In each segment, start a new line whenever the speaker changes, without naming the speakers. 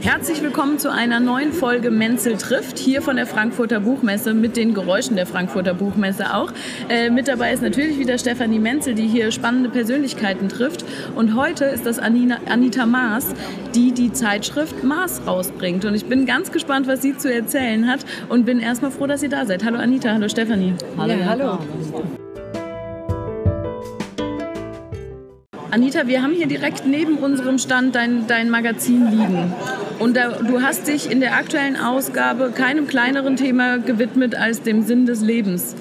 Herzlich willkommen zu einer neuen Folge Menzel trifft, hier von der Frankfurter Buchmesse mit den Geräuschen der Frankfurter Buchmesse auch. Mit dabei ist natürlich wieder Stefanie Menzel, die hier spannende Persönlichkeiten trifft. Und heute ist das Anita Maaß, die die Zeitschrift Maaß rausbringt. Und ich bin ganz gespannt, was sie zu erzählen hat und bin erstmal froh, dass ihr da seid. Hallo Anita, hallo Stefanie.
Hallo. Ja, hallo.
Anita, wir haben hier direkt neben unserem Stand dein Magazin liegen. Und du hast dich in der aktuellen Ausgabe keinem kleineren Thema gewidmet als dem Sinn des Lebens.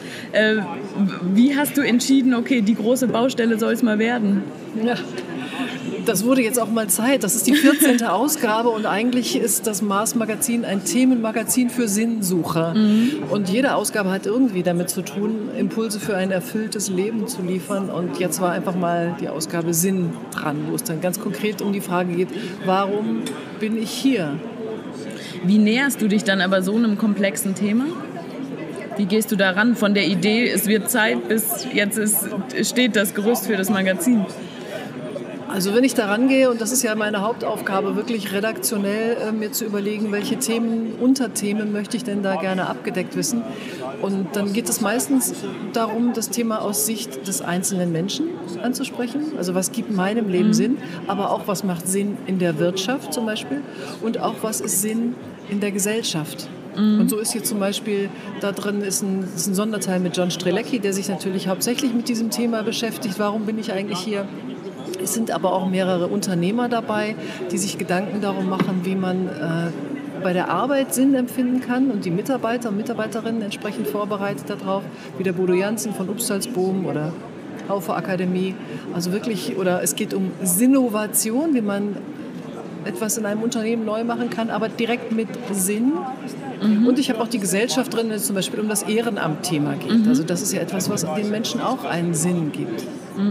Wie hast du entschieden, okay, die große Baustelle soll es mal werden?
Ja, das wurde jetzt auch mal Zeit. Das ist die 14. Ausgabe und eigentlich ist das Maaß-Magazin ein Themenmagazin für Sinnsucher. Und jede Ausgabe hat irgendwie damit zu tun, Impulse für ein erfülltes Leben zu liefern. Und jetzt war einfach mal die Ausgabe Sinn dran, wo es dann ganz konkret um die Frage geht, warum bin ich hier?
Wie näherst du dich dann aber so einem komplexen Thema? Wie gehst du daran von der Idee, es wird Zeit, bis jetzt steht das Gerüst für das Magazin?
Also wenn ich daran gehe, und das ist ja meine Hauptaufgabe, wirklich redaktionell mir zu überlegen, welche Themen, Unterthemen möchte ich denn da gerne abgedeckt wissen. Und dann geht es meistens darum, das Thema aus Sicht des einzelnen Menschen anzusprechen. Also was gibt meinem Leben Sinn, aber auch was macht Sinn in der Wirtschaft zum Beispiel und auch was ist Sinn in der Gesellschaft. Und so ist hier zum Beispiel, da drin ist ein Sonderteil mit John Strelecki, der sich natürlich hauptsächlich mit diesem Thema beschäftigt. Warum bin ich eigentlich hier? Es sind aber auch mehrere Unternehmer dabei, die sich Gedanken darum machen, wie man bei der Arbeit Sinn empfinden kann und die Mitarbeiter und Mitarbeiterinnen entsprechend vorbereitet darauf, wie der Bodo Jansen von Upstalsboom oder Haufe Akademie. Also wirklich, oder es geht um Sinnovation, wie man etwas in einem Unternehmen neu machen kann, aber direkt mit Sinn. Und ich habe auch die Gesellschaft drin, wenn es zum Beispiel um das Ehrenamt-Thema geht. Also das ist ja etwas, was den Menschen auch einen Sinn gibt.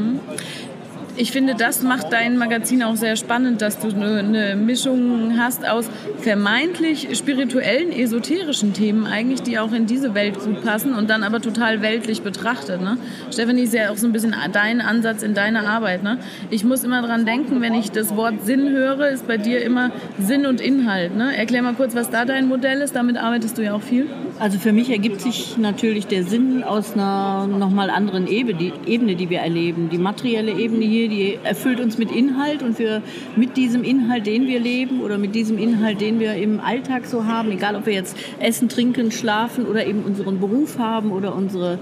Ich finde, das macht dein Magazin auch sehr spannend, dass du eine Mischung hast aus vermeintlich spirituellen, esoterischen Themen eigentlich, die auch in diese Welt gut passen und dann aber total weltlich betrachtet. Ne? Stefanie, ist ja auch so ein bisschen dein Ansatz in deiner Arbeit. Ne? Ich muss immer dran denken, wenn ich das Wort Sinn höre, ist bei dir immer Sinn und Inhalt. Ne? Erklär mal kurz, was da dein Modell ist. Damit arbeitest du ja auch viel.
Also für mich ergibt sich natürlich der Sinn aus einer nochmal anderen Ebene, die wir erleben. Die materielle Ebene hier, die erfüllt uns mit Inhalt und wir mit diesem Inhalt, den wir leben oder mit diesem Inhalt, den wir im Alltag so haben, egal ob wir jetzt essen, trinken, schlafen oder eben unseren Beruf haben oder unsere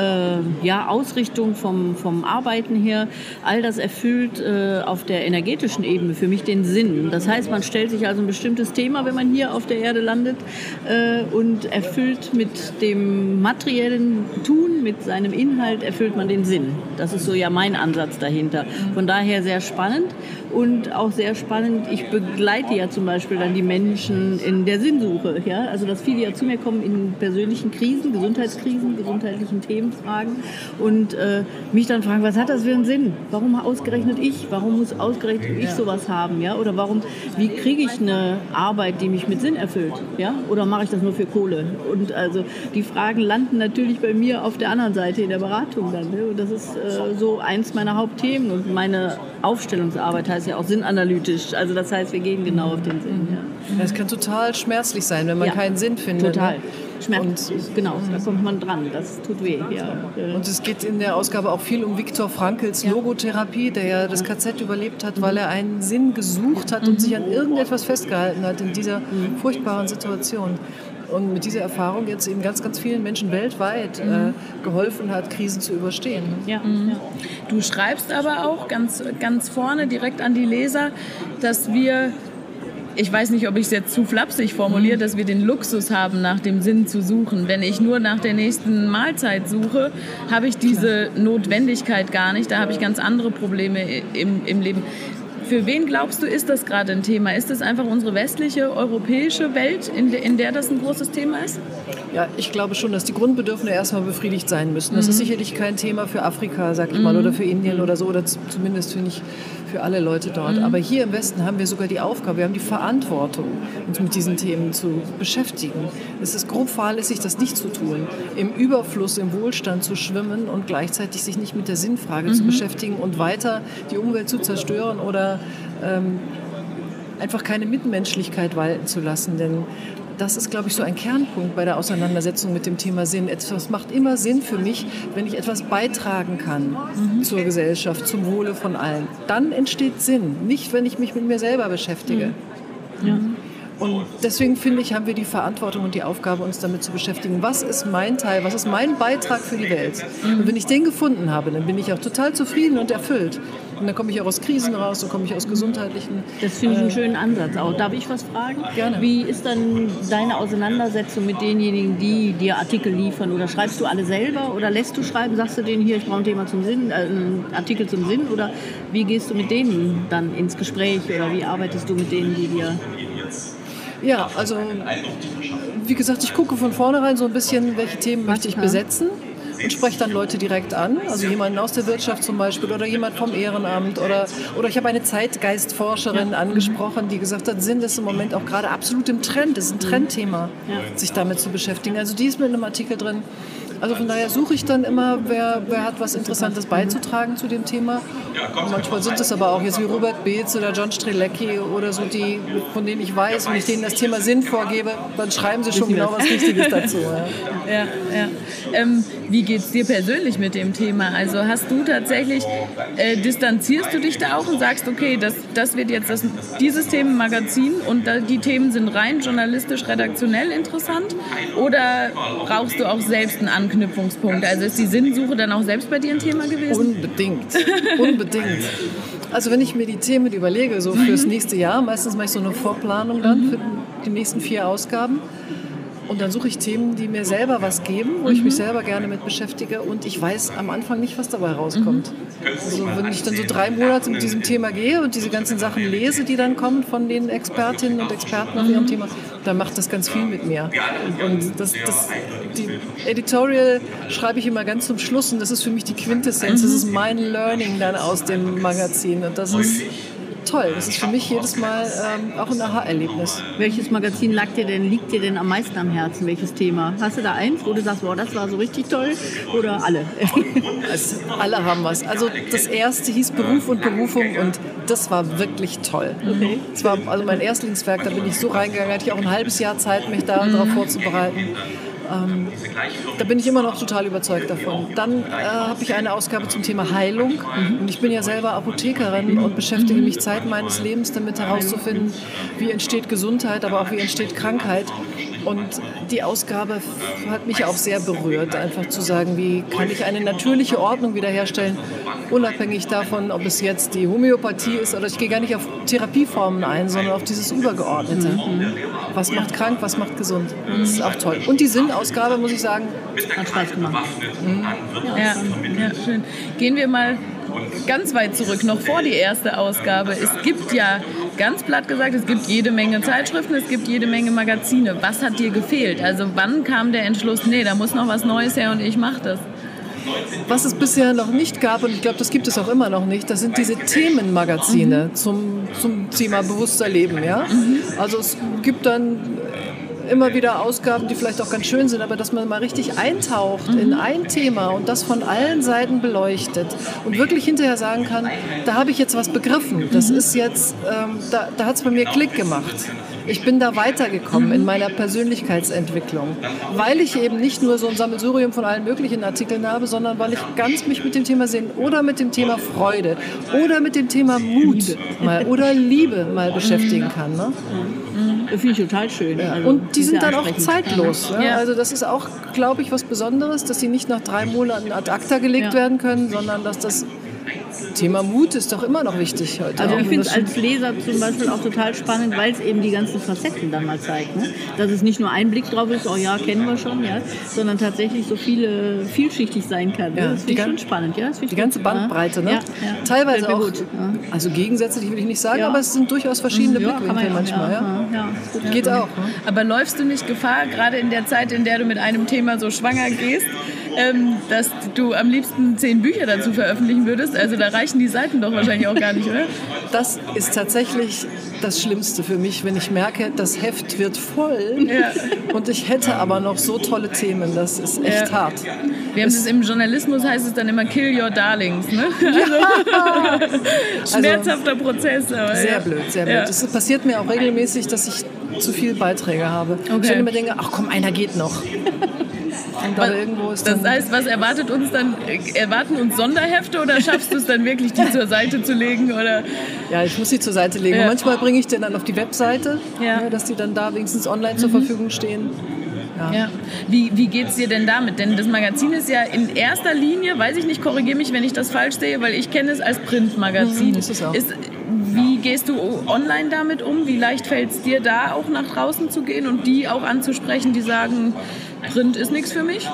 Ausrichtung vom Arbeiten her, all das erfüllt auf der energetischen Ebene für mich den Sinn. Das heißt, man stellt sich also ein bestimmtes Thema, wenn man hier auf der Erde landet und erfüllt mit dem materiellen Tun, mit seinem Inhalt erfüllt man den Sinn. Das ist so ja mein Ansatz dahinter. Von daher sehr spannend und auch sehr spannend, ich begleite ja zum Beispiel dann die Menschen in der Sinnsuche. Ja? Also dass viele ja zu mir kommen in persönlichen Krisen, Gesundheitskrisen, gesundheitlichen Themenfragen und mich dann fragen, was hat das für einen Sinn? Warum ausgerechnet ich? Warum muss ausgerechnet ich sowas haben? Ja? Oder wie kriege ich eine Arbeit, die mich mit Sinn erfüllt? Ja? Oder mache ich das nur für Kohle? Und also die Fragen landen natürlich bei mir auf der anderen Seite in der Beratung dann. Ne? Und das ist so eins meiner Hauptthemen. Und meine Aufstellungsarbeit heißt ja auch sinnanalytisch. Also das heißt, wir gehen genau auf den Sinn. Ja.
Das kann total schmerzlich sein, wenn man keinen Sinn findet.
Total.
Ne?
Schmerz, genau, da kommt man dran. Das tut weh. Ja.
Und es geht in der Ausgabe auch viel um Viktor Frankls Logotherapie, der ja das KZ überlebt hat, weil er einen Sinn gesucht hat und sich an irgendetwas festgehalten hat in dieser furchtbaren Situation. Und mit dieser Erfahrung jetzt eben ganz, ganz vielen Menschen weltweit geholfen hat, Krisen zu überstehen.
Ja. Du schreibst aber auch ganz, ganz vorne direkt an die Leser, dass wir, ich weiß nicht, ob ich es jetzt zu flapsig formuliere, dass wir den Luxus haben, nach dem Sinn zu suchen. Wenn ich nur nach der nächsten Mahlzeit suche, habe ich diese Notwendigkeit gar nicht. Da habe ich ganz andere Probleme im Leben. Für wen glaubst du, ist das gerade ein Thema? Ist es einfach unsere westliche, europäische Welt, in der das ein großes Thema ist?
Ja, ich glaube schon, dass die Grundbedürfnisse erstmal befriedigt sein müssen. Das ist sicherlich kein Thema für Afrika, sag ich mal, oder für Indien oder so, oder zumindest finde ich für alle Leute dort. Aber hier im Westen haben wir sogar die Aufgabe, wir haben die Verantwortung, uns mit diesen Themen zu beschäftigen. Es ist grob fahrlässig, das nicht zu tun. Im Überfluss, im Wohlstand zu schwimmen und gleichzeitig sich nicht mit der Sinnfrage zu beschäftigen und weiter die Umwelt zu zerstören oder einfach keine Mitmenschlichkeit walten zu lassen, denn das ist, glaube ich, so ein Kernpunkt bei der Auseinandersetzung mit dem Thema Sinn. Etwas macht immer Sinn für mich, wenn ich etwas beitragen kann zur Gesellschaft, zum Wohle von allen. Dann entsteht Sinn, nicht wenn ich mich mit mir selber beschäftige.
Ja.
Und deswegen finde ich, haben wir die Verantwortung und die Aufgabe, uns damit zu beschäftigen. Was ist mein Teil, was ist mein Beitrag für die Welt? Und wenn ich den gefunden habe, dann bin ich auch total zufrieden und erfüllt. Und dann komme ich auch aus Krisen raus, dann komme ich aus gesundheitlichen...
Das finde ich einen schönen Ansatz auch. Darf ich was fragen?
Gerne.
Wie ist dann deine Auseinandersetzung mit denjenigen, die dir Artikel liefern? Oder schreibst du alle selber oder lässt du schreiben? Sagst du denen hier, ich brauche ein Thema zum Sinn, einen Artikel zum Sinn? Oder wie gehst du mit denen dann ins Gespräch? Oder wie arbeitest du mit denen, die dir...
Ja, also wie gesagt, ich gucke von vornherein so ein bisschen, welche Themen möchte ich besetzen und spreche dann Leute direkt an. Also jemanden aus der Wirtschaft zum Beispiel oder jemand vom Ehrenamt oder ich habe eine Zeitgeistforscherin angesprochen, die gesagt hat, Sinn ist im Moment auch gerade absolut im Trend. Das ist ein Trendthema, sich damit zu beschäftigen. Also die ist mit einem Artikel drin. Also von daher suche ich dann immer, wer hat was Interessantes beizutragen zu dem Thema. Und manchmal sind es aber auch jetzt wie Robert Beetz oder John Strelecki oder so, die, von denen ich weiß, wenn ich denen das Thema Sinn vorgebe, dann schreiben sie schon genau was Richtiges dazu. Ja.
Wie geht es dir persönlich mit dem Thema? Also hast du tatsächlich, distanzierst du dich da auch und sagst, okay, das wird jetzt dieses Themenmagazin und die Themen sind rein journalistisch, redaktionell interessant? Oder brauchst du auch selbst einen Anknüpfungspunkt? Also ist die Sinnsuche dann auch selbst bei dir ein Thema gewesen?
Unbedingt. Also wenn ich mir die Themen überlege, so fürs nächste Jahr, meistens mache ich so eine Vorplanung dann für die nächsten 4 Ausgaben. Und dann suche ich Themen, die mir selber was geben, wo ich mich selber gerne mit beschäftige. Und ich weiß am Anfang nicht, was dabei rauskommt. Also wenn ich dann so 3 Monate mit diesem Thema gehe und diese ganzen Sachen lese, die dann kommen von den Expertinnen und Experten auf ihrem Thema, dann macht das ganz viel mit mir. Und die Editorial schreibe ich immer ganz zum Schluss. Und das ist für mich die Quintessenz. Das ist mein Learning dann aus dem Magazin. Und das ist toll. Das ist für mich jedes Mal auch ein Aha-Erlebnis.
Welches Magazin liegt dir denn am meisten am Herzen? Welches Thema? Hast du da eins, wo du sagst, wow, das war so richtig toll? Oder alle?
Also, alle haben was. Also das erste hieß Beruf und Berufung und das war wirklich toll. Okay. Das war also mein Erstlingswerk, da bin ich so reingegangen, hatte ich auch ein halbes Jahr Zeit, mich darauf vorzubereiten. Da bin ich immer noch total überzeugt davon. Dann habe ich eine Ausgabe zum Thema Heilung. Und ich bin ja selber Apothekerin und beschäftige mich Zeit meines Lebens damit herauszufinden, wie entsteht Gesundheit, aber auch wie entsteht Krankheit. Und die Ausgabe hat mich auch sehr berührt, einfach zu sagen, wie kann ich eine natürliche Ordnung wiederherstellen, unabhängig davon, ob es jetzt die Homöopathie ist oder ich gehe gar nicht auf Therapieformen ein, sondern auf dieses Übergeordnete. Was macht krank, was macht gesund. Das ist auch toll. Und die Sinnausgabe, muss ich sagen,
hat Spaß gemacht.
Ja, schön. Gehen wir mal ganz weit zurück, noch vor die erste Ausgabe. Es gibt ja, ganz platt gesagt, es gibt jede Menge Zeitschriften, es gibt jede Menge Magazine. Was hat dir gefehlt? Also wann kam der Entschluss, nee, da muss noch was Neues her und ich mache das?
Was es bisher noch nicht gab, und ich glaube, das gibt es auch immer noch nicht, das sind diese Themenmagazine zum Thema bewusster Leben. Ja? Also es gibt dann immer wieder Ausgaben, die vielleicht auch ganz schön sind, aber dass man mal richtig eintaucht in ein Thema und das von allen Seiten beleuchtet und wirklich hinterher sagen kann, da habe ich jetzt was begriffen. Das ist jetzt, da hat es bei mir Klick gemacht. Ich bin da weitergekommen in meiner Persönlichkeitsentwicklung, weil ich eben nicht nur so ein Sammelsurium von allen möglichen Artikeln habe, sondern weil ich ganz mich mit dem Thema Sinn oder mit dem Thema Freude oder mit dem Thema Mut oder Liebe mal beschäftigen kann. Ne?
Das finde ich total schön.
Ja.
Also,
und die sind dann auch zeitlos. Ja. Also das ist auch, glaube ich, was Besonderes, dass sie nicht nach 3 Monaten ad acta gelegt werden können, sondern dass das Thema Mut ist doch immer noch wichtig heute.
Also ich finde es als Leser zum Beispiel auch total spannend, weil es eben die ganzen Facetten dann mal zeigt. Ne? Dass es nicht nur ein Blick drauf ist, oh ja, kennen wir schon, ja, sondern tatsächlich so vielschichtig sein kann. Ja, das finde ich schon spannend. Ja?
Die ganze Bandbreite. Ne?
Ja.
Teilweise auch, also gegensätzlich will ich nicht sagen, aber es sind durchaus verschiedene Blickwinkel manchmal. Ja. Geht auch. Ne?
Aber läufst du nicht Gefahr, gerade in der Zeit, in der du mit einem Thema so schwanger gehst, dass du am liebsten 10 Bücher dazu veröffentlichen würdest? Also da reichen die Seiten doch wahrscheinlich auch gar nicht, oder?
Das ist tatsächlich das Schlimmste für mich, wenn ich merke, das Heft wird voll und ich hätte aber noch so tolle Themen. Das ist echt hart.
Wir haben das im Journalismus, heißt es dann immer kill your darlings, ne? Also, schmerzhafter Prozess. Aber
sehr blöd, sehr blöd. Es passiert mir auch regelmäßig, dass ich zu viele Beiträge habe. Okay. Ich dann immer denke, ach komm, einer geht noch. Und da irgendwo ist
das heißt, was erwartet uns dann? Erwarten uns Sonderhefte oder schaffst du es dann wirklich, die zur Seite zu legen? Oder?
Ja, ich muss sie zur Seite legen. Ja. Manchmal bringe ich den dann auf die Webseite, dass die dann da wenigstens online zur Verfügung stehen. Ja.
Ja. Wie geht es dir denn damit? Denn das Magazin ist ja in erster Linie, weiß ich nicht, korrigiere mich, wenn ich das falsch sehe, weil ich kenne es als Printmagazin.
Ist es auch.
Wie gehst du online damit um? Wie leicht fällt es dir da auch nach draußen zu gehen und die auch anzusprechen, die sagen, Print ist nichts für mich?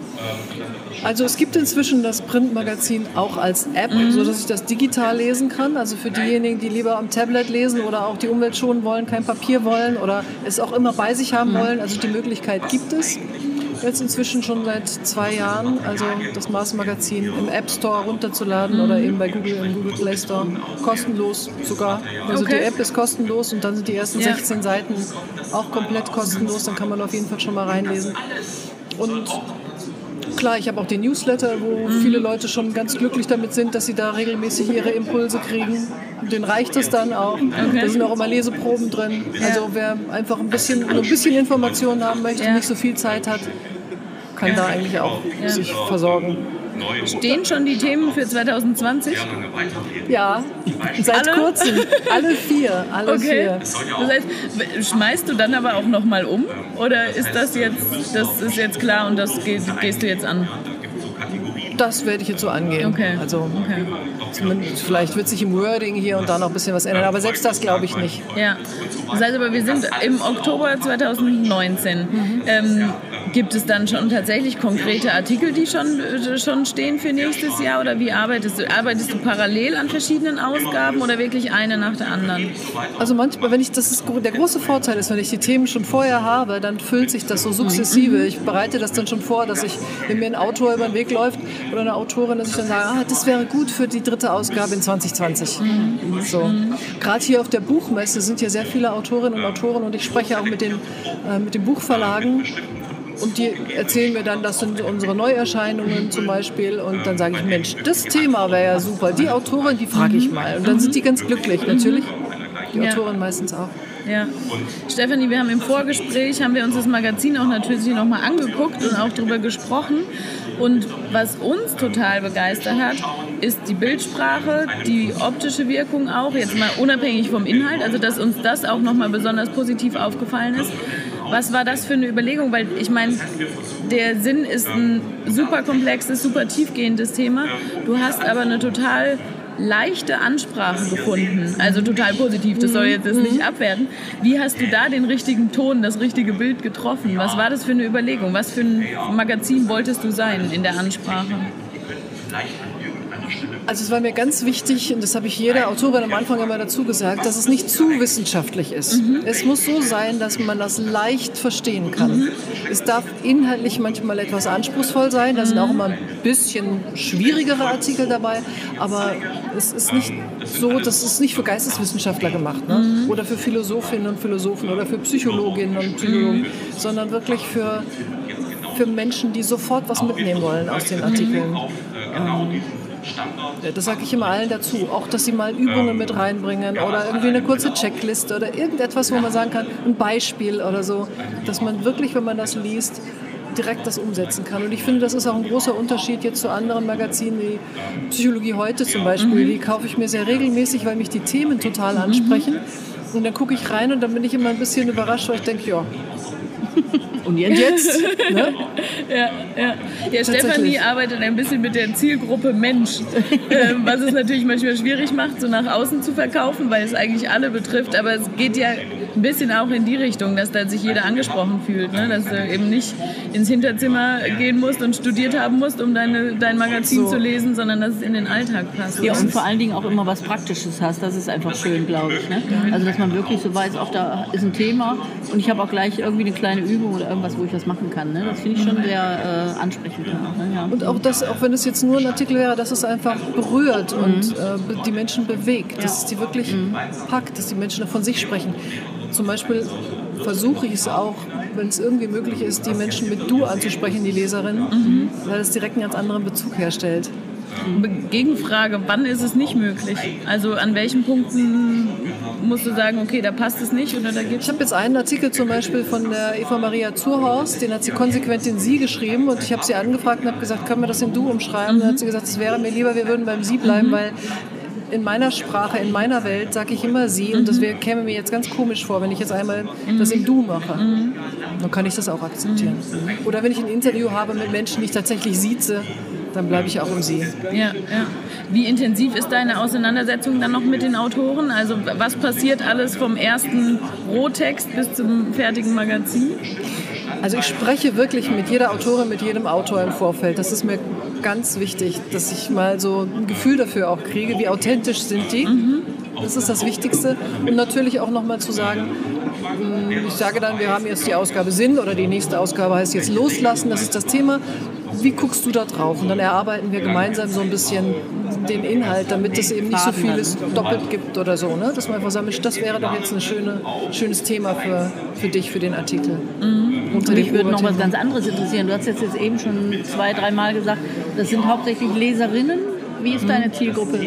Also es gibt inzwischen das Printmagazin auch als App, sodass ich das digital lesen kann. Also für diejenigen, die lieber am Tablet lesen oder auch die Umwelt schonen wollen, kein Papier wollen oder es auch immer bei sich haben wollen. Also die Möglichkeit gibt es. Jetzt inzwischen schon seit 2 Jahren, also das Mars-Magazin im App Store runterzuladen oder eben bei Google im Google Play Store. Kostenlos sogar. Also die App ist kostenlos und dann sind die ersten 16 Seiten auch komplett kostenlos. Dann kann man auf jeden Fall schon mal reinlesen. Und klar, ich habe auch den Newsletter, wo viele Leute schon ganz glücklich damit sind, dass sie da regelmäßig ihre Impulse kriegen. Und denen reicht es dann auch. Da sind auch immer Leseproben drin. Also wer einfach ein bisschen Informationen haben möchte, nicht so viel Zeit hat, kann da eigentlich auch sich versorgen.
Stehen schon die Themen für 2020?
Ja, seit kurzem. Alle vier.
Das heißt, schmeißt du dann aber auch nochmal um? Oder ist das ist jetzt klar und das gehst du jetzt an?
Das werde ich jetzt so angehen. Also vielleicht wird sich im Wording hier und da noch ein bisschen was ändern, aber selbst das glaube ich nicht.
Ja. Das heißt aber, wir sind im Oktober 2019. Gibt es dann schon tatsächlich konkrete Artikel, die schon stehen für nächstes Jahr? Oder wie arbeitest du? Arbeitest du parallel an verschiedenen Ausgaben oder wirklich eine nach der anderen?
Also manchmal, der große Vorteil ist, wenn ich die Themen schon vorher habe, dann füllt sich das so sukzessive. Ich bereite das dann schon vor, dass wenn mir ein Autor über den Weg läuft oder eine Autorin, dass ich dann sage, das wäre gut für die 3. Ausgabe in 2020. So. Gerade hier auf der Buchmesse sind ja sehr viele Autorinnen und Autoren und ich spreche auch mit den Buchverlagen. Und die erzählen mir dann, das sind unsere Neuerscheinungen zum Beispiel. Und dann sage ich, Mensch, das Thema wäre ja super. Die Autorin, die frage ich mal. Und dann sind die ganz glücklich, natürlich. Die Autorin meistens auch.
Ja. Stefanie, wir haben im Vorgespräch, uns das Magazin auch natürlich nochmal angeguckt und auch darüber gesprochen. Und was uns total begeistert hat, ist die Bildsprache, die optische Wirkung auch, jetzt mal unabhängig vom Inhalt, also dass uns das auch nochmal besonders positiv aufgefallen ist. Was war das für eine Überlegung? Weil ich meine, der Sinn ist ein super komplexes, super tiefgehendes Thema. Du hast aber eine total leichte Ansprache gefunden, also total positiv, das soll jetzt nicht abwerten. Wie hast du da den richtigen Ton, das richtige Bild getroffen? Was war das für eine Überlegung? Was für ein Magazin wolltest du sein in der Ansprache?
Also es war mir ganz wichtig, und das habe ich jeder Autorin am Anfang immer dazu gesagt, dass es nicht zu wissenschaftlich ist. Es muss so sein, dass man das leicht verstehen kann. Es darf inhaltlich manchmal etwas anspruchsvoll sein, da sind auch immer ein bisschen schwierigere Artikel dabei, aber es ist nicht so, das ist nicht für Geisteswissenschaftler gemacht, ne? Oder für Philosophinnen und Philosophen oder für Psychologinnen und Psychologen, sondern wirklich für Menschen, die sofort was mitnehmen wollen aus den Artikeln. Das sage ich immer allen dazu, auch dass sie mal Übungen mit reinbringen oder irgendwie eine kurze Checkliste oder irgendetwas, wo man sagen kann, ein Beispiel oder so, dass man wirklich, wenn man das liest, direkt das umsetzen kann. Und ich finde, das ist auch ein großer Unterschied jetzt zu anderen Magazinen, wie Psychologie heute zum Beispiel. Die kaufe ich mir sehr regelmäßig, weil mich die Themen total ansprechen. Und dann gucke ich rein und dann bin ich immer ein bisschen überrascht, weil ich denke, ja. Und jetzt? Ne?
Ja, Stefanie arbeitet ein bisschen mit der Zielgruppe Mensch, was es natürlich manchmal schwierig macht, so nach außen zu verkaufen, weil es eigentlich alle betrifft. Aber es geht ja ein bisschen auch in die Richtung, dass da sich jeder angesprochen fühlt, ne? Dass du eben nicht ins Hinterzimmer gehen musst und studiert haben musst, um dein Magazin zu lesen, sondern dass es in den Alltag passt.
Ja, und vor allen Dingen auch immer was Praktisches hast. Das ist einfach schön, glaube ich. Ne? Also dass man wirklich so weiß, auch da ist ein Thema und ich habe auch gleich irgendwie eine kleine Übung oder irgendwas, wo ich was machen kann. Ne? Das finde ich schon sehr ansprechend. Ne? Ja.
Und auch wenn es jetzt nur ein Artikel wäre, dass es einfach berührt und die Menschen bewegt, dass es die wirklich packt, dass die Menschen von sich sprechen. zum Beispiel versuche ich es auch, wenn es irgendwie möglich ist, die Menschen mit Du anzusprechen, die Leserinnen, weil es direkt einen ganz anderen Bezug herstellt.
Gegenfrage, wann ist es nicht möglich? Also an welchen Punkten musst du sagen, okay, da passt es nicht oder da gibt's...
Ich habe jetzt einen Artikel zum Beispiel von der Eva Maria Zurhaus, den hat sie konsequent in Sie geschrieben und ich habe sie angefragt und habe gesagt, können wir das in Du umschreiben? Und dann hat sie gesagt, es wäre mir lieber, wir würden beim Sie bleiben, weil in meiner Sprache, in meiner Welt sage ich immer Sie und das käme mir jetzt ganz komisch vor, wenn ich jetzt einmal das im Du mache. Dann kann ich das auch akzeptieren. Oder wenn ich ein Interview habe mit Menschen, die ich tatsächlich sieze, dann bleibe ich auch im Sie.
Ja. Wie intensiv ist deine Auseinandersetzung dann noch mit den Autoren? Also was passiert alles vom ersten Rohtext bis zum fertigen Magazin?
Also ich spreche wirklich mit jeder Autorin, mit jedem Autor im Vorfeld. Das ist mir ganz wichtig, dass ich mal so ein Gefühl dafür auch kriege, wie authentisch sind die. Das ist das Wichtigste. Und natürlich auch nochmal zu sagen, ich sage dann, wir haben jetzt die Ausgabe Sinn oder die nächste Ausgabe heißt jetzt Loslassen, das ist das Thema. Wie guckst du da drauf? Und dann erarbeiten wir gemeinsam so ein bisschen den Inhalt, damit es eben nicht so vieles doppelt gibt oder so. Ne? Dass man einfach sagt, das wäre doch jetzt ein schönes Thema für dich, für den Artikel.
Und mich würde noch was ganz anderes interessieren. Du hast jetzt eben schon 2-3 Mal gesagt, das sind hauptsächlich Leserinnen. Wie ist deine Zielgruppe?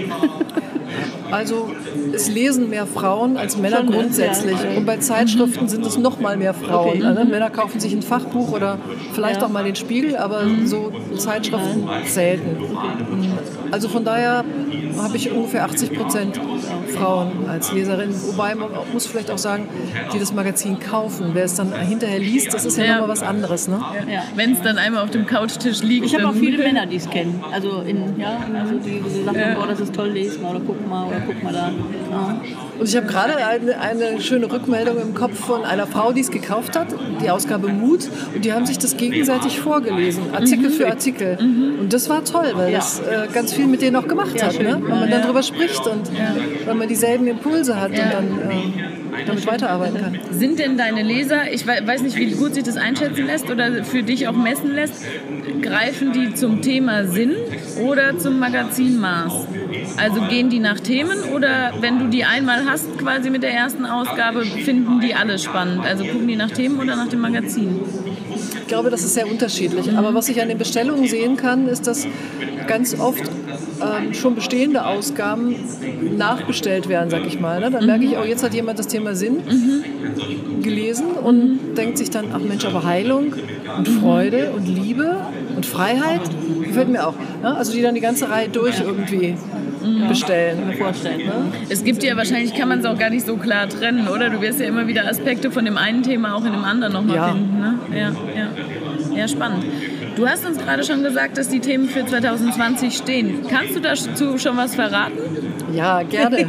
Also es lesen mehr Frauen als Männer grundsätzlich. Ja. Und bei Zeitschriften sind es noch mal mehr Frauen. Okay. Männer kaufen sich ein Fachbuch oder vielleicht auch mal den Spiegel, aber so Zeitschriften selten. Also von daher habe ich ungefähr 80% Frauen als Leserinnen. Wobei man muss vielleicht auch sagen, die das Magazin kaufen. Wer es dann hinterher liest, das ist ja nochmal was anderes. Ne?
Ja. Wenn es dann einmal auf dem Couchtisch liegt.
Ich habe auch viele Männer, die es kennen. Also die sagen, boah, das ist toll, lesen oder guck mal da. Ja.
Und ich habe gerade eine schöne Rückmeldung im Kopf von einer Frau, die es gekauft hat, die Ausgabe Mut, und die haben sich das gegenseitig vorgelesen, Artikel für Artikel. Und das war toll, weil das ganz viel mit denen auch gemacht hat, ne? Wenn man dann drüber spricht und wenn man dieselben Impulse hat und dann damit weiterarbeiten kann.
Sind denn deine Leser, ich weiß nicht, wie gut sich das einschätzen lässt oder für dich auch messen lässt, greifen die zum Thema Sinn oder zum Magazinmaß? Also gehen die nach Themen oder wenn du die einmal hast, quasi mit der ersten Ausgabe, finden die alle spannend? Also gucken die nach Themen oder nach dem Magazin?
Ich glaube, das ist sehr unterschiedlich. Aber was ich an den Bestellungen sehen kann, ist, dass ganz oft schon bestehende Ausgaben nachbestellt werden, sag ich mal. Ne? Dann merke ich auch, jetzt hat jemand das Thema Sinn gelesen und denkt sich dann, ach Mensch, aber Heilung und Freude und Liebe und Freiheit gefällt mir auch. Ne? Also die dann die ganze Reihe durch irgendwie bestellen.
Mir vorstellen. Ne?
Es gibt ja wahrscheinlich, kann man es auch gar nicht so klar trennen, oder? Du wirst ja immer wieder Aspekte von dem einen Thema auch in dem anderen nochmal finden. Ne? Ja, spannend. Du hast uns gerade schon gesagt, dass die Themen für 2020 stehen. Kannst du dazu schon was verraten?
Ja, gerne.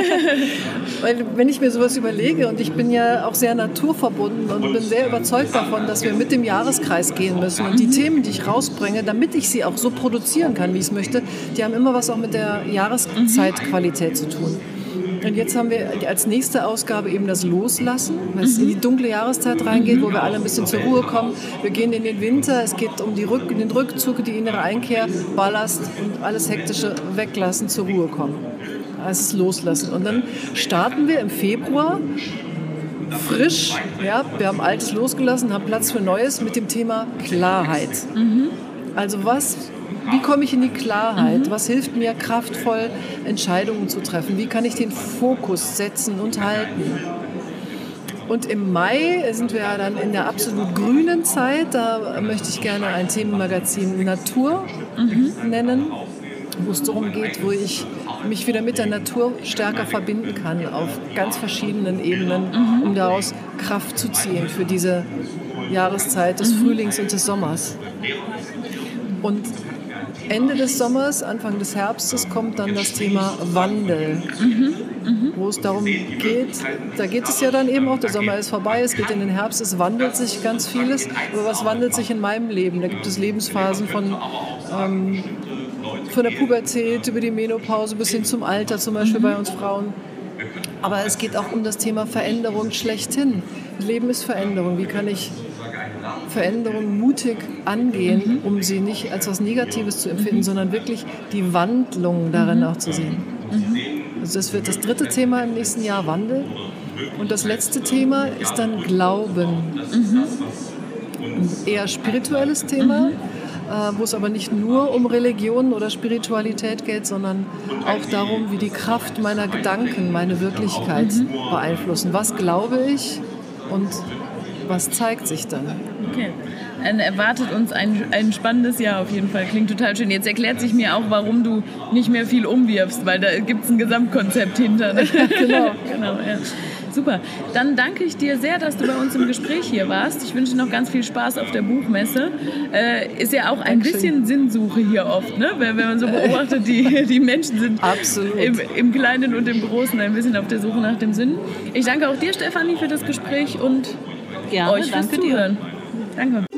Weil wenn ich mir sowas überlege, und ich bin ja auch sehr naturverbunden und bin sehr überzeugt davon, dass wir mit dem Jahreskreis gehen müssen. Und die Themen, die ich rausbringe, damit ich sie auch so produzieren kann, wie ich es möchte, die haben immer was auch mit der Jahreszeitqualität zu tun. Und jetzt haben wir als nächste Ausgabe eben das Loslassen, weil es in die dunkle Jahreszeit reingeht, wo wir alle ein bisschen zur Ruhe kommen. Wir gehen in den Winter, es geht um den Rückzug, die innere Einkehr, Ballast und alles Hektische weglassen, zur Ruhe kommen. Das ist Loslassen. Und dann starten wir im Februar frisch, ja, wir haben Altes losgelassen, haben Platz für Neues mit dem Thema Klarheit. Also wie komme ich in die Klarheit? Was hilft mir, kraftvoll Entscheidungen zu treffen? Wie kann ich den Fokus setzen und halten? Und im Mai sind wir dann in der absolut grünen Zeit. Da möchte ich gerne ein Themenmagazin Natur nennen, wo es darum geht, wo ich mich wieder mit der Natur stärker verbinden kann, auf ganz verschiedenen Ebenen, um daraus Kraft zu ziehen für diese Jahreszeit des Frühlings und des Sommers. Und Ende des Sommers, Anfang des Herbstes kommt dann das Thema Wandel, wo es darum geht, da geht es ja dann eben auch, der Sommer ist vorbei, es geht in den Herbst, es wandelt sich ganz vieles, aber was wandelt sich in meinem Leben? Da gibt es Lebensphasen von der Pubertät über die Menopause bis hin zum Alter, zum Beispiel bei uns Frauen. Aber es geht auch um das Thema Veränderung schlechthin. Leben ist Veränderung. Wie kann ich Veränderung mutig angehen, um sie nicht als was Negatives zu empfinden, sondern wirklich die Wandlung darin auch zu sehen. Also das wird das dritte Thema im nächsten Jahr, Wandel. Und das letzte Thema ist dann Glauben. Ein eher spirituelles Thema, wo es aber nicht nur um Religion oder Spiritualität geht, sondern auch darum, wie die Kraft meiner Gedanken meine Wirklichkeit beeinflussen. Was glaube ich und was zeigt sich dann?
Okay. Dann erwartet uns ein spannendes Jahr auf jeden Fall. Klingt total schön. Jetzt erklärt sich mir auch, warum du nicht mehr viel umwirfst, weil da gibt es ein Gesamtkonzept hinter.
Genau.
Genau, ja. Super. Dann danke ich dir sehr, dass du bei uns im Gespräch hier warst. Ich wünsche dir noch ganz viel Spaß auf der Buchmesse. Ist ja auch ein bisschen Sinnsuche hier oft, ne? Wenn man so beobachtet, die Menschen sind im Kleinen und im Großen ein bisschen auf der Suche nach dem Sinn. Ich danke auch dir, Stefanie, für das Gespräch und
Gerne,
euch fürs Zuhören. Danke.